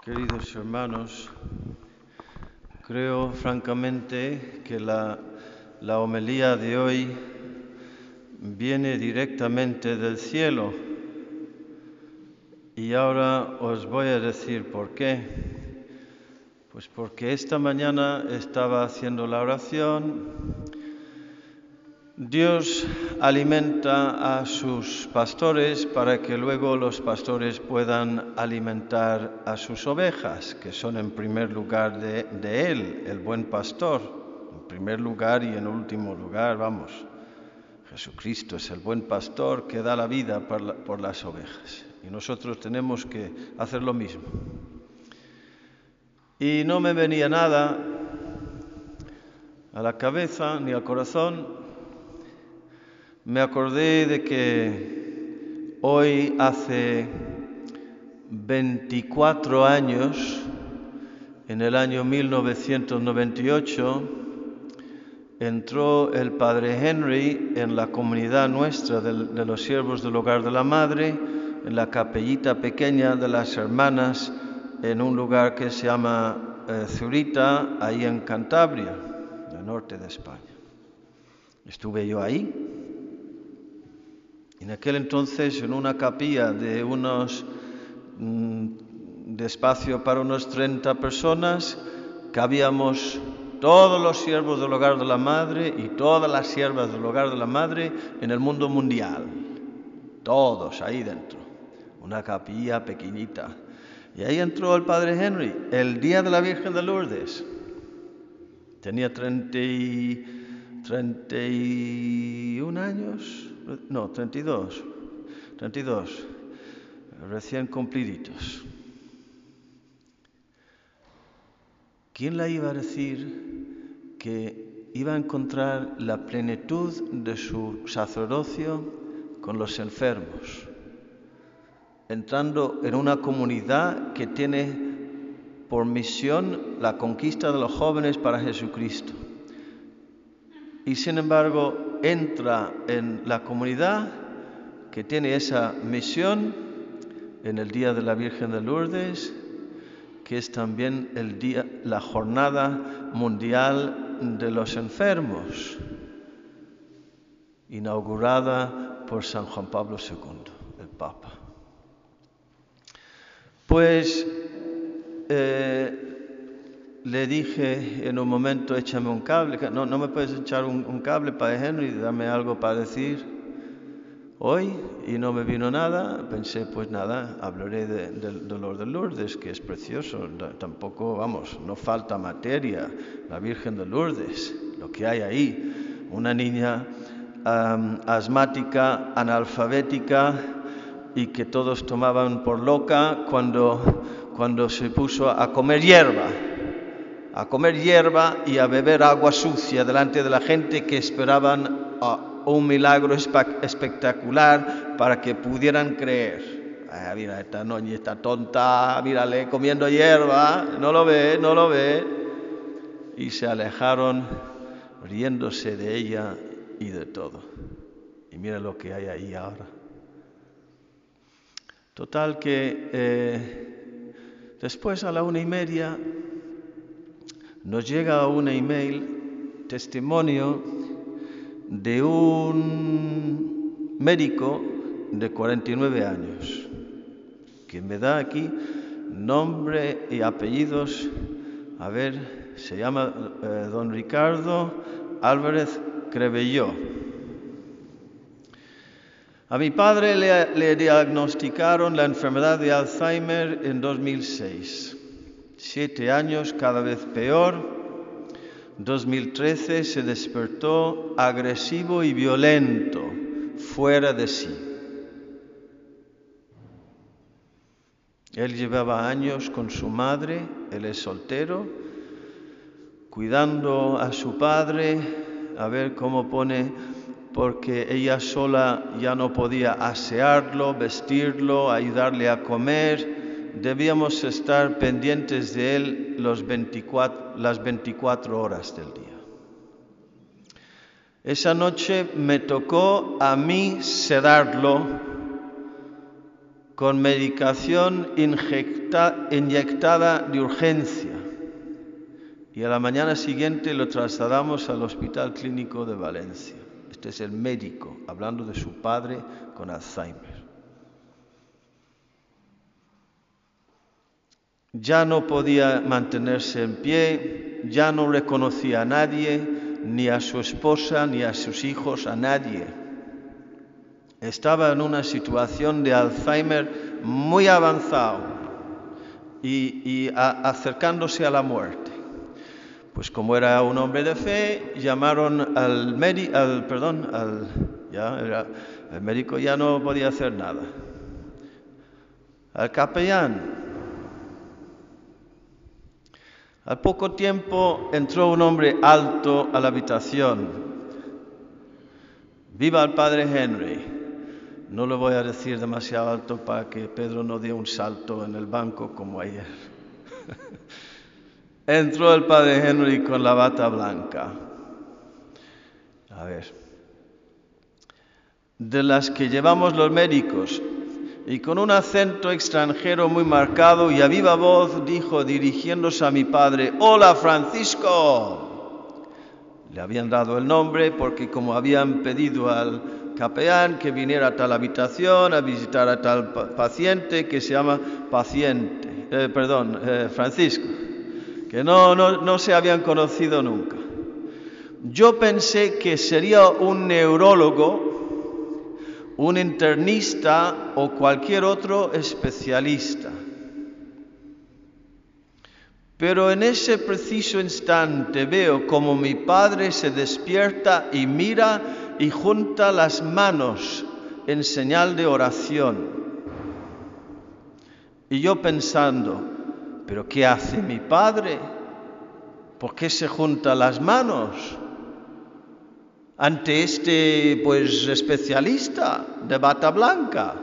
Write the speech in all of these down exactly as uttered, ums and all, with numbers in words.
Queridos hermanos, creo francamente que la, la homilía de hoy viene directamente del cielo y ahora os voy a decir por qué. Pues porque esta mañana estaba haciendo la oración. Dios alimenta a sus pastores para que luego los pastores puedan alimentar a sus ovejas, que son en primer lugar de, de Él, el buen pastor. En primer lugar y en último lugar, vamos, Jesucristo es el buen pastor que da la vida por, la, por las ovejas. Y nosotros tenemos que hacer lo mismo. Y no me venía nada a la cabeza ni al corazón. Me acordé de que hoy hace veinticuatro años, en el año mil novecientos noventa y ocho, entró el Padre Henry en la comunidad nuestra de, de los siervos del Hogar de la Madre, en la capellita pequeña de las hermanas, en un lugar que se llama eh, Zurita, ahí en Cantabria, el norte de España. Estuve yo ahí. En aquel entonces, en una capilla de unos mmm, de espacio para unos treinta personas, cabíamos todos los siervos del Hogar de la Madre y todas las siervas del Hogar de la Madre en el mundo mundial. Todos ahí dentro. Una capilla pequeñita. Y ahí entró el Padre Henry, el día de la Virgen de Lourdes. Tenía treinta y, treinta y un años. No, treinta y dos, treinta y dos, recién cumpliditos. ¿Quién le iba a decir que iba a encontrar la plenitud de su sacerdocio con los enfermos, entrando en una comunidad que tiene por misión la conquista de los jóvenes para Jesucristo? Y sin embargo, entra en la comunidad que tiene esa misión en el Día de la Virgen de Lourdes, que es también el día, la Jornada Mundial de los Enfermos, inaugurada por San Juan Pablo segundo, el Papa. Pues eh, le dije en un momento, échame un cable. No, no me puedes echar un, un cable, Padre Henry, dame algo para decir hoy. Y no me vino nada. Pensé, pues nada, hablaré de, del dolor de Lourdes, que es precioso. Tampoco, vamos, no falta materia. La Virgen de Lourdes, lo que hay ahí. Una niña um, asmática, analfabética, y que todos tomaban por loca cuando, cuando se puso a comer hierba. a comer hierba y a beber agua sucia delante de la gente que esperaban uh, un milagro espe- espectacular para que pudieran creer. Ah, mira, esta noña está tonta, mírale, comiendo hierba, no lo ve, no lo ve. Y se alejaron riéndose de ella y de todo. Y mira lo que hay ahí ahora. Total que eh, después a la una y media nos llega un email, testimonio de un médico de cuarenta y nueve años, que me da aquí nombre y apellidos. A ver, se llama eh, don Ricardo Álvarez Crevelló. A mi padre le, le diagnosticaron la enfermedad de Alzheimer en dos mil seis. Siete años, cada vez peor. dos mil trece se despertó agresivo y violento, fuera de sí. Él llevaba años con su madre, él es soltero, cuidando a su padre, a ver cómo pone, porque ella sola ya no podía asearlo, vestirlo, ayudarle a comer. Debíamos estar pendientes de él los veinticuatro, las veinticuatro horas del día. Esa noche me tocó a mí sedarlo con medicación inyecta, inyectada de urgencia. Y a la mañana siguiente lo trasladamos al Hospital Clínico de Valencia. Este es el médico hablando de su padre con Alzheimer. Ya no podía mantenerse en pie, ya no reconocía a nadie, ni a su esposa, ni a sus hijos, a nadie. Estaba en una situación de Alzheimer muy avanzado y, y a, acercándose a la muerte. Pues como era un hombre de fe, llamaron al médico, al, perdón, al, ya era, el médico ya no podía hacer nada. Al capellán. Al poco tiempo entró un hombre alto a la habitación. ¡Viva el padre Henry! No lo voy a decir demasiado alto para que Pedro no dé un salto en el banco como ayer. Entró el padre Henry con la bata blanca. A ver. De las que llevamos los médicos. Y con un acento extranjero muy marcado y a viva voz dijo, dirigiéndose a mi padre, ¡Hola, Francisco! Le habían dado el nombre porque como habían pedido al capellán que viniera a tal habitación a visitar a tal paciente que se llama paciente, eh, perdón, eh, Francisco, que no, no, no se habían conocido nunca. Yo pensé que sería un neurólogo, un internista o cualquier otro especialista. Pero en ese preciso instante veo como mi padre se despierta y mira y junta las manos en señal de oración. Y yo pensando, ¿pero qué hace mi padre? ¿Por qué se junta las manos ante este, pues, especialista de bata blanca?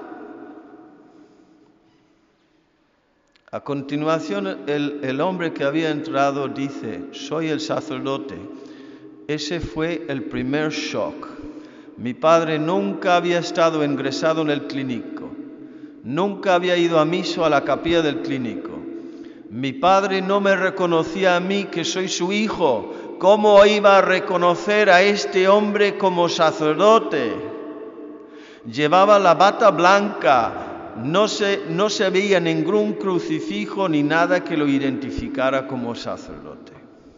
A continuación, el, el hombre que había entrado dice, soy el sacerdote. Ese fue el primer shock. Mi padre nunca había estado ingresado en el clínico. Nunca había ido a misa a la capilla del clínico. Mi padre no me reconocía a mí, que soy su hijo. ¿Cómo iba a reconocer a este hombre como sacerdote? Llevaba la bata blanca. No se, no se veía ningún crucifijo ni nada que lo identificara como sacerdote.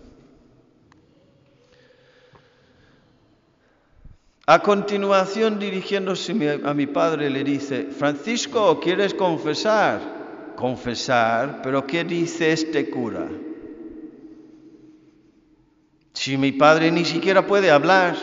A continuación, dirigiéndose a mi padre, le dice, Francisco, ¿quieres confesar? Confesar, ¿pero qué dice este cura? Si mi padre ni siquiera puede hablar.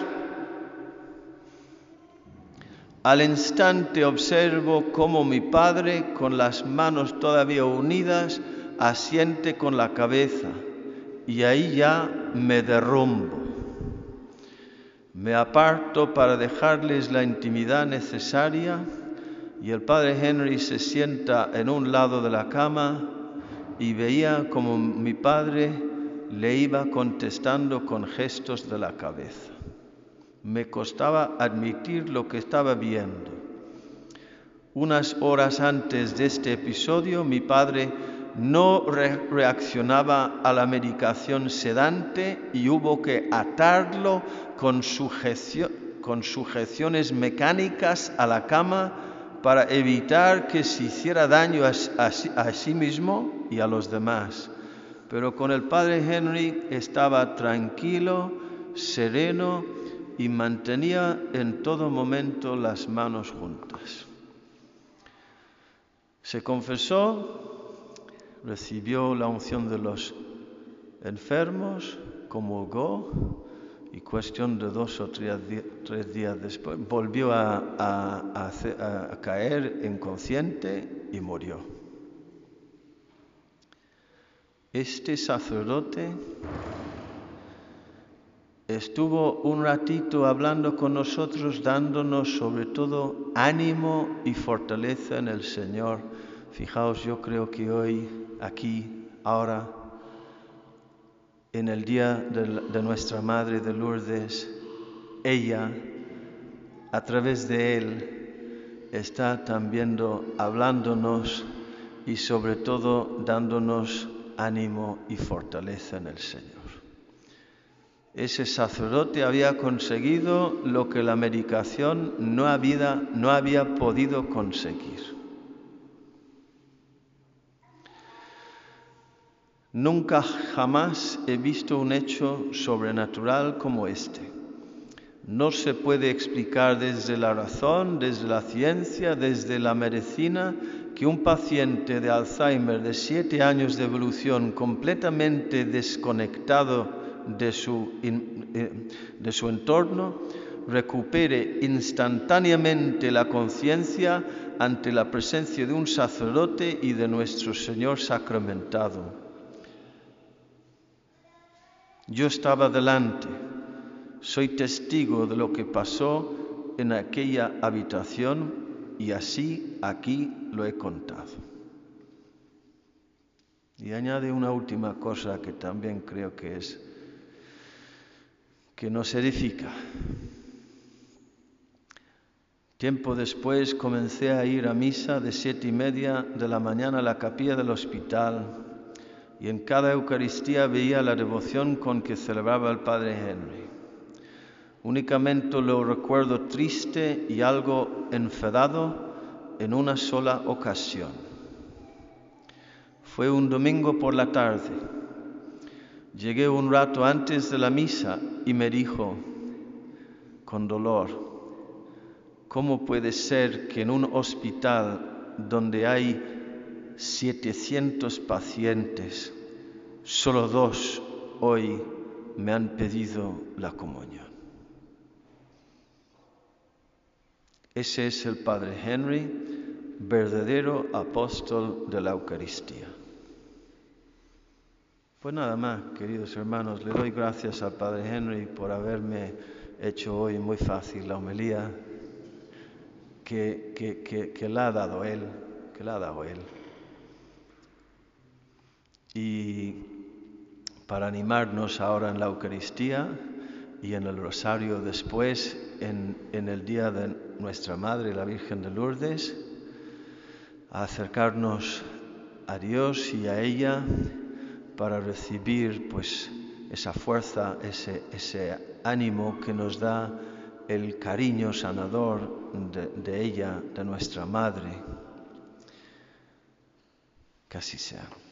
Al instante observo cómo mi padre, con las manos todavía unidas, asiente con la cabeza y ahí ya me derrumbo. Me aparto para dejarles la intimidad necesaria y el padre Henry se sienta en un lado de la cama y veía como mi padre le iba contestando con gestos de la cabeza. Me costaba admitir lo que estaba viendo. Unas horas antes de este episodio, mi padre no re- reaccionaba a la medicación sedante y hubo que atarlo con, sujecio- con sujeciones mecánicas a la cama para evitar que se hiciera daño a, a, a sí mismo y a los demás. Pero con el padre Henry estaba tranquilo, sereno y mantenía en todo momento las manos juntas. Se confesó, recibió la unción de los enfermos, comulgó y cuestión de dos o tres, tres días después volvió a, a, a, a caer inconsciente y murió. Este sacerdote estuvo un ratito hablando con nosotros, dándonos sobre todo ánimo y fortaleza en el Señor. Fijaos, yo creo que hoy, aquí, ahora, en el día de, de nuestra Madre de Lourdes, ella, a través de Él, está también hablándonos y sobre todo dándonos ánimo y fortaleza en el Señor. Ese sacerdote había conseguido lo que la medicación no había, no había podido conseguir. Nunca jamás he visto un hecho sobrenatural como este. No se puede explicar desde la razón, desde la ciencia, desde la medicina, que un paciente de Alzheimer de siete años de evolución completamente desconectado de su, de su entorno recupere instantáneamente la conciencia ante la presencia de un sacerdote y de nuestro Señor sacramentado. Yo estaba delante, soy testigo de lo que pasó en aquella habitación y así aquí lo he contado. Y añade una última cosa que también creo que es que nos edifica. Tiempo después comencé a ir a misa de siete y media de la mañana a la capilla del hospital y en cada Eucaristía veía la devoción con que celebraba el Padre Henry. Únicamente lo recuerdo triste y algo enfadado en una sola ocasión. Fue un domingo por la tarde. Llegué un rato antes de la misa y me dijo, con dolor, ¿cómo puede ser que en un hospital donde hay setecientos pacientes, solo dos hoy me han pedido la comunión? Ese es el Padre Henry, verdadero apóstol de la Eucaristía. Pues nada más, queridos hermanos, le doy gracias al Padre Henry por haberme hecho hoy muy fácil la homilía que, que, que, que la ha dado él, que la ha dado él. Y para animarnos ahora en la Eucaristía y en el Rosario después, en, en el día de nuestra Madre, la Virgen de Lourdes, a acercarnos a Dios y a ella para recibir pues esa fuerza, ese, ese ánimo que nos da el cariño sanador de, de ella, de nuestra Madre. Que así sea.